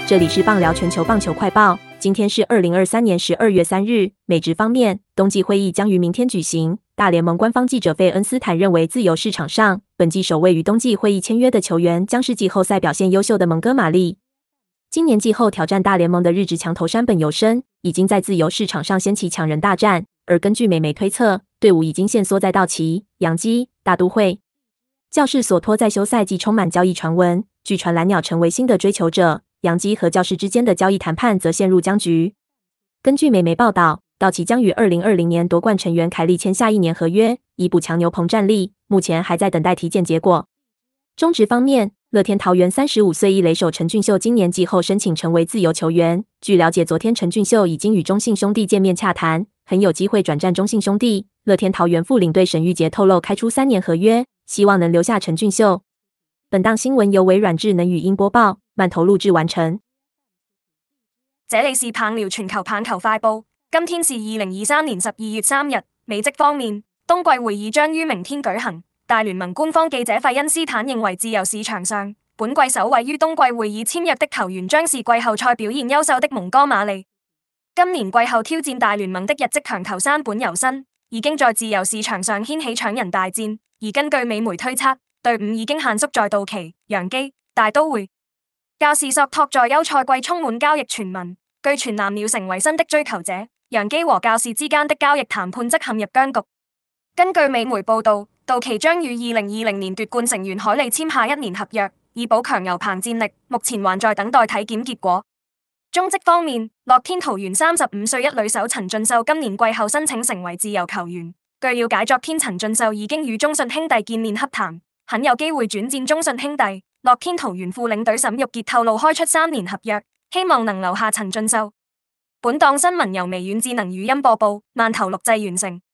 这里是棒聊全球棒球快报，今天是2023年12月3日。美职方面，冬季会议将于明天举行。大联盟官方记者费恩斯坦认为，自由市场上，本季首位于冬季会议签约的球员将是季后赛表现优秀的蒙哥马利。今年季后挑战大联盟的日职强投山本由伸，已经在自由市场上掀起抢人大战。而根据美媒推测，队伍已经限缩在道奇、洋基、大都会。教士所托在休赛季充满交易传闻，据传蓝鸟成为新的追求者。洋基和教士之间的交易谈判则陷入僵局。根据美媒报道，道奇将与2020年夺冠成员凯利签下1年合约，以补强牛棚战力，目前还在等待体检结果。中职方面，乐天桃园35岁一垒手陈俊秀今年季后申请成为自由球员。据了解，昨天陈俊秀已经与中信兄弟见面洽谈，很有机会转战中信兄弟。乐天桃园副领队沈玉杰透露，开出3年合约，希望能留下陈俊秀。本档新闻由微软智能语音播報，慢投錄製完成。 這裏是棒聊全球棒球快報，今天是2023年12月3日。美職方面，冬季會議將於明天舉行。大聯盟官方記者費恩斯坦認為，自由市場上本季首位於冬季會議簽約的球員將是季後賽表現優秀的蒙哥馬利。今年季後挑戰大聯盟的日職強投山本由伸，已經在自由市場上掀起搶人大戰，而根據美媒推測，隊伍已經限縮在道奇、洋基、大都會。教士索托在休賽季充滿交易傳聞，據傳藍鳥成為新的追求者，洋基和教士之間的交易談判則陷入僵局。根據美媒報道，道奇將與2020年奪冠成員海利簽下1年合約，以補強牛棚戰力，目前還在等待體檢結果。中職方面，樂天桃猿35歲一壘手陳俊秀今年季後申請成為自由球員。據了解，昨天陳俊秀已經與中信兄弟見面洽談，很有機會轉戰中信兄弟。樂天桃猿副領隊沈玉傑透露，開出3年合約，希望能留下陳俊秀。本檔新聞由微軟智能語音播報，慢投錄製完成。